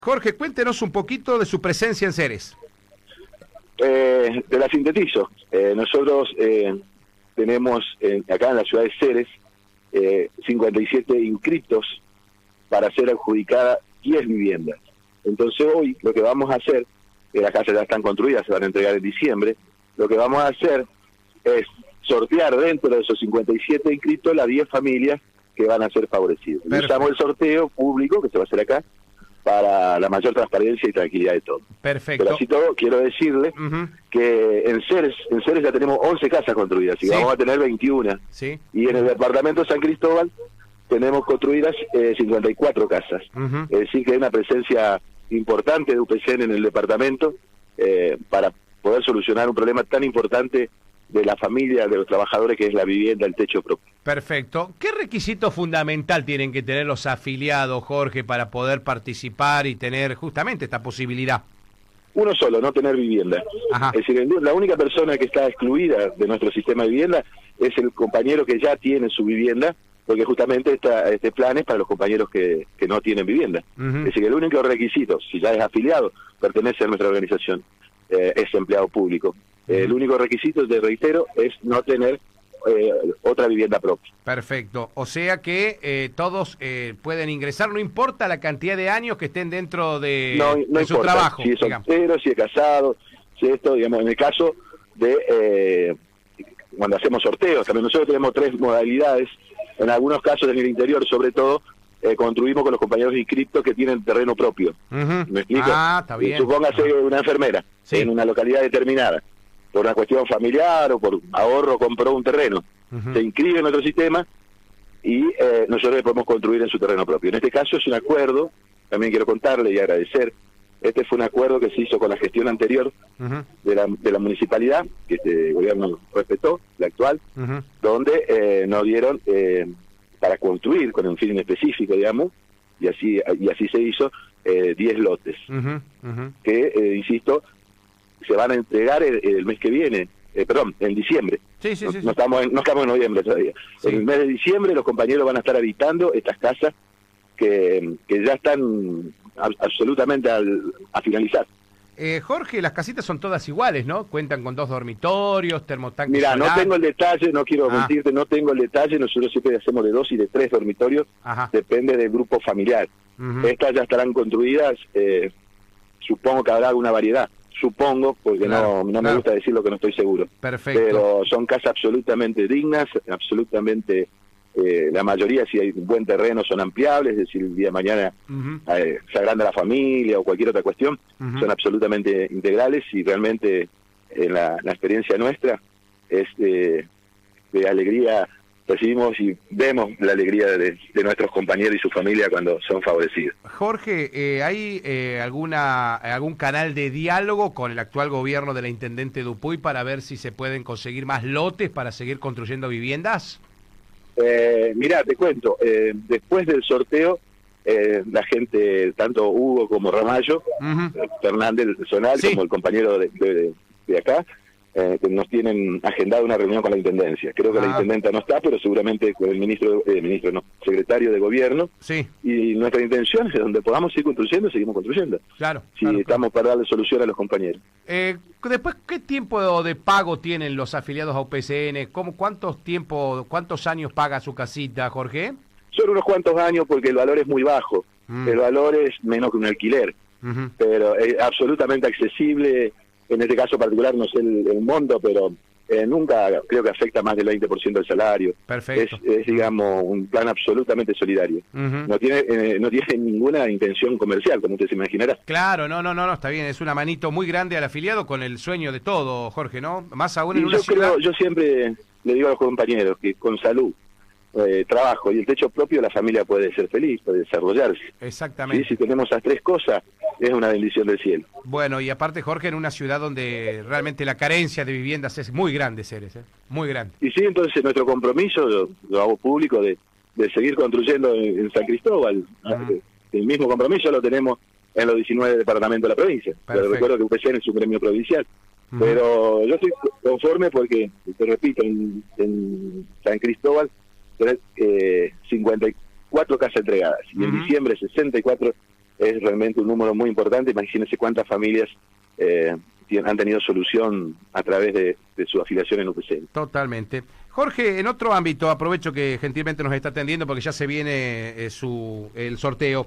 Jorge, cuéntenos un poquito de su presencia en Ceres. Te la sintetizo. Nosotros tenemos acá en la ciudad de Ceres 57 inscriptos para ser adjudicadas 10 viviendas. Entonces hoy lo que vamos a hacer, las casas ya están construidas, se van a entregar en diciembre, lo que vamos a hacer es sortear dentro de esos 57 inscritos las 10 familias que van a ser favorecidas. Usamos el sorteo público que se va a hacer acá para la mayor transparencia y tranquilidad de todo. Perfecto. Pero así todo, quiero decirle que en Ceres ya tenemos 11 casas construidas, y vamos a tener 21. Sí. Y en el departamento de San Cristóbal tenemos construidas 54 casas. Es decir, que hay una presencia importante de UPCN en el departamento para poder solucionar un problema tan importante de la familia, de los trabajadores, que es la vivienda, el techo propio. Perfecto. ¿Qué requisito fundamental tienen que tener los afiliados, Jorge, para poder participar y tener justamente esta posibilidad? Uno solo, no tener vivienda. Es decir, la única persona que está excluida de nuestro sistema de vivienda es el compañero que ya tiene su vivienda, porque justamente este plan es para los compañeros que no tienen vivienda. Es decir, el único requisito, si ya es afiliado, pertenece a nuestra organización, es empleado público. El único requisito, te reitero, es no tener otra vivienda propia. Perfecto. O sea que todos pueden ingresar, no importa la cantidad de años que estén dentro de su trabajo. Si es soltero, si es casado, si esto, digamos, en el caso de cuando hacemos sorteos, también nosotros tenemos 3 modalidades. En algunos casos, en el interior, sobre todo, construimos con los compañeros inscriptos que tienen terreno propio. ¿Me explico? Está bien. Supóngase una enfermera en una localidad determinada, por una cuestión familiar o por ahorro, compró un terreno, se inscribe en nuestro sistema y nosotros le podemos construir en su terreno propio. En este caso es un acuerdo, también quiero contarle y agradecer, este fue un acuerdo que se hizo con la gestión anterior de la municipalidad, que este gobierno respetó, la actual, donde nos dieron para construir con un fin específico, digamos, y así se hizo, 10 lotes, que, insisto, se van a entregar el mes que viene, en diciembre. No estamos en noviembre todavía. En el mes de diciembre los compañeros van a estar habitando estas casas que ya están absolutamente a finalizar. Jorge, las casitas son todas iguales, ¿no? Cuentan con 2 dormitorios, termotanques. Mira, solar. No tengo el detalle, no quiero mentirte, no tengo el detalle. Nosotros siempre hacemos de 2 y de 3 dormitorios, depende del grupo familiar. Estas ya estarán construidas, supongo que habrá alguna variedad. Supongo, porque no me gusta decir lo que no estoy seguro. Perfecto. Pero son casas absolutamente dignas, absolutamente, la mayoría, si hay buen terreno, son ampliables, es decir, el día de mañana se agranda la familia o cualquier otra cuestión, son absolutamente integrales, y realmente en la experiencia nuestra es de alegría. Recibimos y vemos la alegría de nuestros compañeros y su familia cuando son favorecidos. Jorge, ¿hay algún canal de diálogo con el actual gobierno de la Intendente Dupuy para ver si se pueden conseguir más lotes para seguir construyendo viviendas? Mirá, te cuento, después del sorteo, la gente, tanto Hugo como Ramallo, Fernández Zonal, como el compañero de acá, nos tienen agendado una reunión con la Intendencia. Creo que la Intendenta no está, pero seguramente con el secretario de Gobierno. Y nuestra intención es que donde podamos seguir construyendo, seguimos construyendo. Estamos para darle solución a los compañeros. Después, ¿qué tiempo de pago tienen los afiliados a UPCN? ¿Cuántos años paga su casita, Jorge? Son unos cuantos años, porque el valor es muy bajo. El valor es menos que un alquiler, pero es absolutamente accesible. En este caso particular no sé el monto, pero nunca creo que afecta más del 20% del salario. Perfecto. Es digamos, un plan absolutamente solidario. No tiene ninguna intención comercial, como usted se imaginará. Claro, no, está bien. Es una manito muy grande al afiliado con el sueño de todo, Jorge, ¿no? Más aún en una ciudad... Yo siempre le digo a los compañeros que con salud, trabajo y el techo propio, la familia puede ser feliz, puede desarrollarse. Exactamente. Si tenemos esas 3 cosas, es una bendición del cielo. Bueno, y aparte, Jorge, en una ciudad donde realmente la carencia de viviendas es muy grande, Ceres, muy grande. Y sí, entonces nuestro compromiso, lo hago público, de seguir construyendo en San Cristóbal. El mismo compromiso lo tenemos en los 19 departamentos de la provincia. Pero recuerdo que UPCN es un gremio provincial. Pero yo estoy conforme porque, te repito, en San Cristóbal 54 casas entregadas, y en diciembre 64 es realmente un número muy importante. Imagínense cuántas familias han tenido solución a través de su afiliación en UPCN. Totalmente. Jorge, en otro ámbito, aprovecho que gentilmente nos está atendiendo porque ya se viene el sorteo.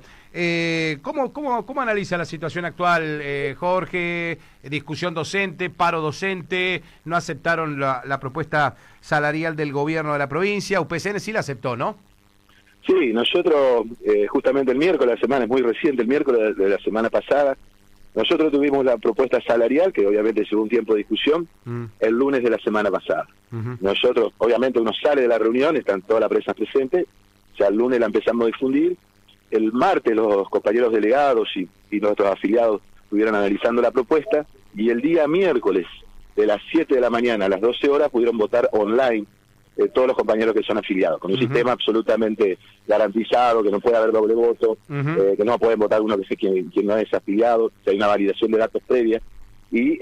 ¿Cómo analiza la situación actual, Jorge? Discusión docente, paro docente, no aceptaron la propuesta salarial del gobierno de la provincia. UPCN sí la aceptó, ¿no? Sí, nosotros justamente el miércoles, la semana es muy reciente, el miércoles de la semana pasada, nosotros tuvimos la propuesta salarial, que obviamente llevó un tiempo de discusión, el lunes de la semana pasada. Nosotros, obviamente uno sale de la reunión, están toda la prensa presente, ya el lunes la empezamos a difundir, el martes los compañeros delegados y nuestros afiliados estuvieron analizando la propuesta, y el día miércoles de las 7 de la mañana a las 12 horas pudieron votar online todos los compañeros que son afiliados, con un sistema absolutamente garantizado, que no puede haber doble voto, que no pueden votar uno quien no es afiliado, que hay una validación de datos previa, y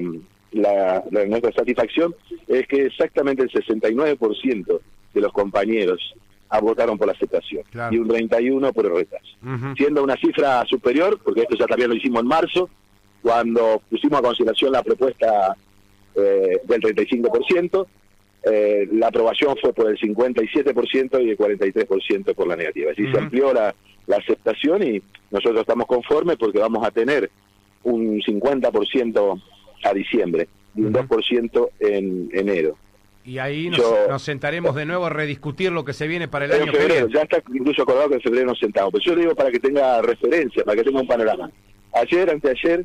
nuestra satisfacción es que exactamente el 69% de los compañeros votaron por la aceptación, y un 31% por el rechazo, siendo una cifra superior, porque esto ya también lo hicimos en marzo, cuando pusimos a consideración la propuesta del 35%, la aprobación fue por el 57% y el 43% por la negativa. Así se amplió la aceptación y nosotros estamos conformes porque vamos a tener un 50% a diciembre y un 2% en enero. Y ahí nos sentaremos de nuevo a rediscutir lo que se viene para el año que viene. Ya está incluso acordado que en febrero nos sentamos, pero yo le digo para que tenga referencia, para que tenga un panorama. Anteayer,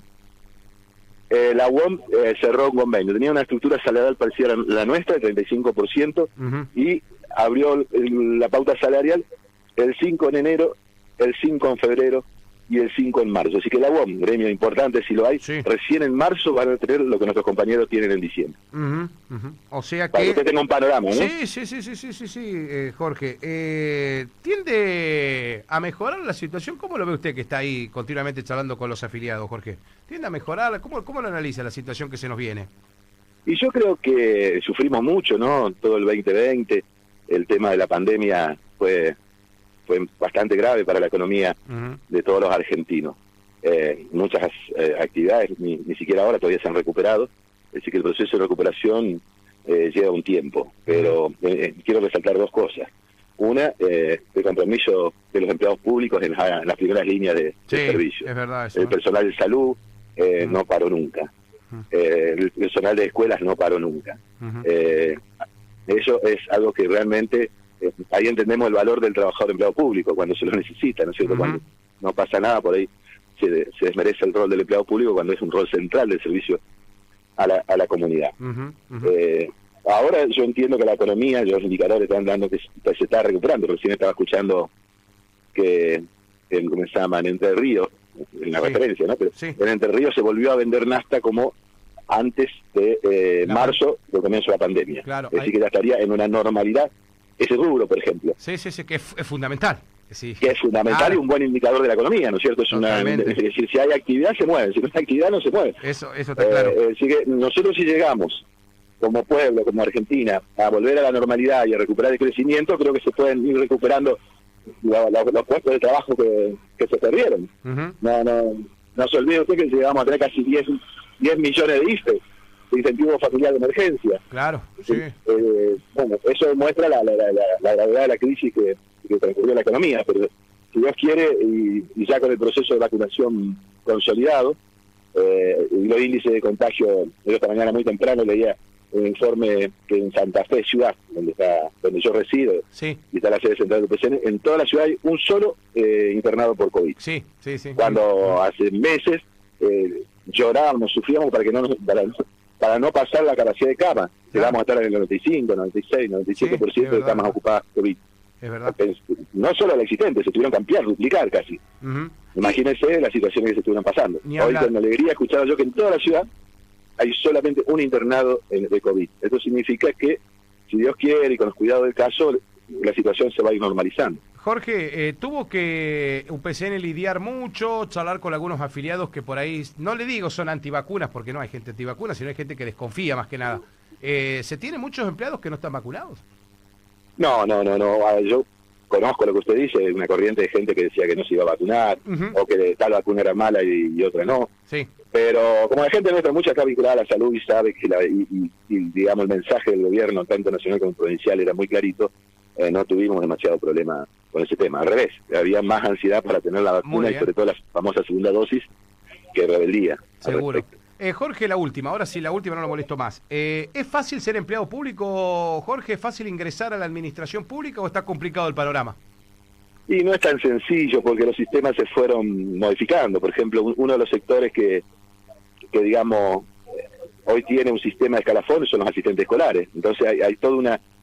la UOM cerró un convenio, tenía una estructura salarial parecida a la nuestra, el 35%, y abrió la pauta salarial el 5 en enero, el 5 en febrero y el 5 en marzo. Así que la UOM, gremio importante si lo hay, recién en marzo van a tener lo que nuestros compañeros tienen en diciembre. O sea que... Para que usted tenga un panorama, ¿no? Sí, Jorge. ¿Tiende a mejorar la situación? ¿Cómo lo ve usted que está ahí continuamente charlando con los afiliados, Jorge? ¿Tiende a mejorar? ¿Cómo lo analiza la situación que se nos viene? Y yo creo que sufrimos mucho, ¿no? Todo el 2020, el tema de la pandemia fue bastante grave para la economía de todos los argentinos. Muchas actividades ni siquiera ahora todavía se han recuperado, así que el proceso de recuperación lleva un tiempo, pero quiero resaltar dos cosas. Una, el compromiso de los empleados públicos en las primeras líneas de servicio. Es verdad eso, el personal de salud no paró nunca. El personal de escuelas no paró nunca. Eso es algo que realmente... ahí entendemos el valor del trabajador empleado público cuando se lo necesita, ¿no es cierto? Cuando no pasa nada, por ahí se desmerece el rol del empleado público cuando es un rol central del servicio a la comunidad. Ahora yo entiendo que la economía, los indicadores están dando que se está recuperando. Recién estaba escuchando que ¿cómo se llama? En Entre Ríos, en la referencia, ¿no? Pero en Entre Ríos se volvió a vender nafta como antes de marzo, del comienzo de la pandemia. Así que ya estaría en una normalidad ese rubro, por ejemplo. Sí, que es fundamental. Que es fundamental y un buen indicador de la economía, ¿no es cierto? Es decir, si hay actividad se mueve, si no hay actividad no se mueve. Eso está claro. Así que nosotros si llegamos como pueblo, como Argentina, a volver a la normalidad y a recuperar el crecimiento, creo que se pueden ir recuperando los puestos de trabajo que se perdieron. No se olvide usted que llegamos a tener casi 10 millones de IFE, de incentivo familiar de emergencia. Claro, sí. Bueno, eso demuestra la gravedad de la crisis que transcurrió la economía, pero si Dios quiere, y ya con el proceso de vacunación consolidado, y los índices de contagio, yo esta mañana muy temprano leía un informe que en Santa Fe, ciudad, donde yo resido, y está la sede central del UPCN, en toda la ciudad hay un solo internado por COVID. Sí. Cuando hace meses llorábamos, sufríamos para no pasar la capacidad de cama. Llegamos a estar en el 95, 96, 97% de camas ocupadas COVID. Es verdad. No solo la existente, se tuvieron que ampliar, duplicar casi. Imagínense las situaciones que se estuvieron pasando. Hoy con alegría escuchaba yo que en toda la ciudad hay solamente un internado de COVID. Esto significa que, si Dios quiere y con los cuidados del caso, la situación se va a ir normalizando. Jorge, tuvo que UPCN lidiar mucho, charlar con algunos afiliados que por ahí, no le digo son antivacunas, porque no hay gente antivacuna, sino hay gente que desconfía más que nada. ¿Se tiene muchos empleados que no están vacunados? No. Yo conozco lo que usted dice, una corriente de gente que decía que no se iba a vacunar, o que tal vacuna era mala y otra no. Sí. Pero como la gente nuestra, mucha está vinculada a la salud y sabe que digamos, el mensaje del gobierno, tanto nacional como provincial, era muy clarito, no tuvimos demasiado problema con ese tema. Al revés, había más ansiedad para tener la vacuna y sobre todo la famosa segunda dosis que rebeldía. Seguro. Jorge, la última, ahora sí, la última, no lo molesto más. ¿Es fácil ser empleado público, Jorge? ¿Es fácil ingresar a la administración pública o está complicado el panorama? Y no es tan sencillo porque los sistemas se fueron modificando. Por ejemplo, uno de los sectores que digamos, hoy tiene un sistema de escalafones son los asistentes escolares. Entonces hay todo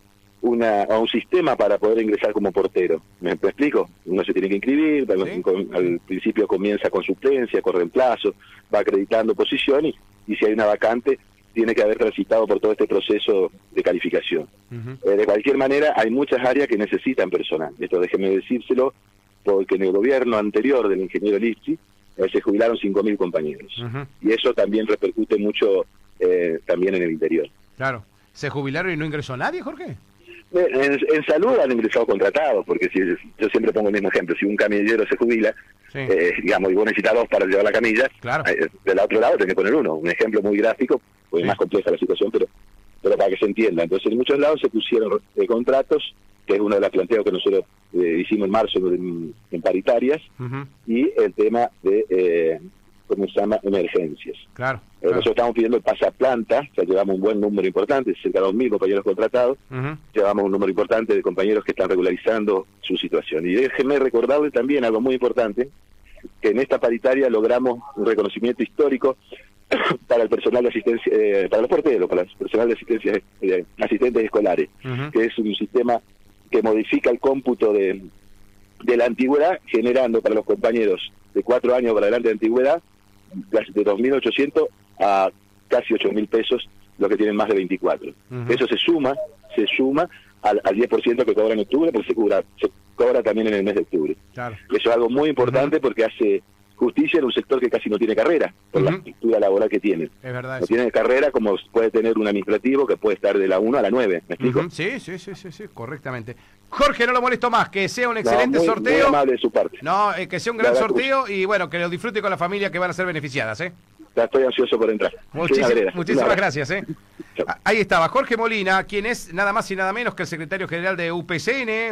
un sistema para poder ingresar como portero. ¿Me explico? Uno se tiene que inscribir, ¿sí? Al principio comienza con suplencia, con reemplazo, va acreditando posición y si hay una vacante, tiene que haber transitado por todo este proceso de calificación. De cualquier manera, hay muchas áreas que necesitan personal. Esto déjeme decírselo, porque en el gobierno anterior del ingeniero Lipsi se jubilaron 5.000 compañeros. Y eso también repercute mucho también en el interior. Claro. ¿Se jubilaron y no ingresó nadie, Jorge? En salud han ingresado contratados, porque yo siempre pongo el mismo ejemplo. Si un camillero se jubila, sí, digamos, y vos necesitas 2 para llevar la camilla, claro, del otro lado tenés que poner 1. Un ejemplo muy gráfico, pues sí, es más compleja la situación, pero para que se entienda. Entonces, en muchos lados se pusieron contratos, que es uno de los planteos que nosotros hicimos en marzo en paritarias, y el tema de, ¿cómo se llama?, emergencias. Claro. Nosotros estamos pidiendo el pasaplanta, o sea, llevamos un buen número importante, cerca de 2.000 compañeros contratados, llevamos un número importante de compañeros que están regularizando su situación. Y déjenme recordarle también algo muy importante, que en esta paritaria logramos un reconocimiento histórico para el personal de asistencia, para los porteros, para el personal de asistencia, asistentes escolares, que es un sistema que modifica el cómputo de la antigüedad, generando para los compañeros de 4 años para adelante de antigüedad, de 2.800 a casi 8.000 pesos, los que tienen más de 24. Eso se suma al 10% que cobra en octubre, porque se cobra también en el mes de octubre. Claro. Eso es algo muy importante porque hace justicia en un sector que casi no tiene carrera, por la estructura laboral que tiene. Es verdad. No tiene carrera como puede tener un administrativo que puede estar de la 1 a la 9, ¿me explico? Sí, correctamente. Jorge, no lo molesto más, que sea un excelente sorteo. Muy amable de su parte. No, que sea un gran sorteo y bueno, que lo disfrute con la familia que van a ser beneficiadas, Ya estoy ansioso por entrar. Muchísimas gracias, Ahí estaba Jorge Molina, quien es nada más y nada menos que el secretario general de UPCN.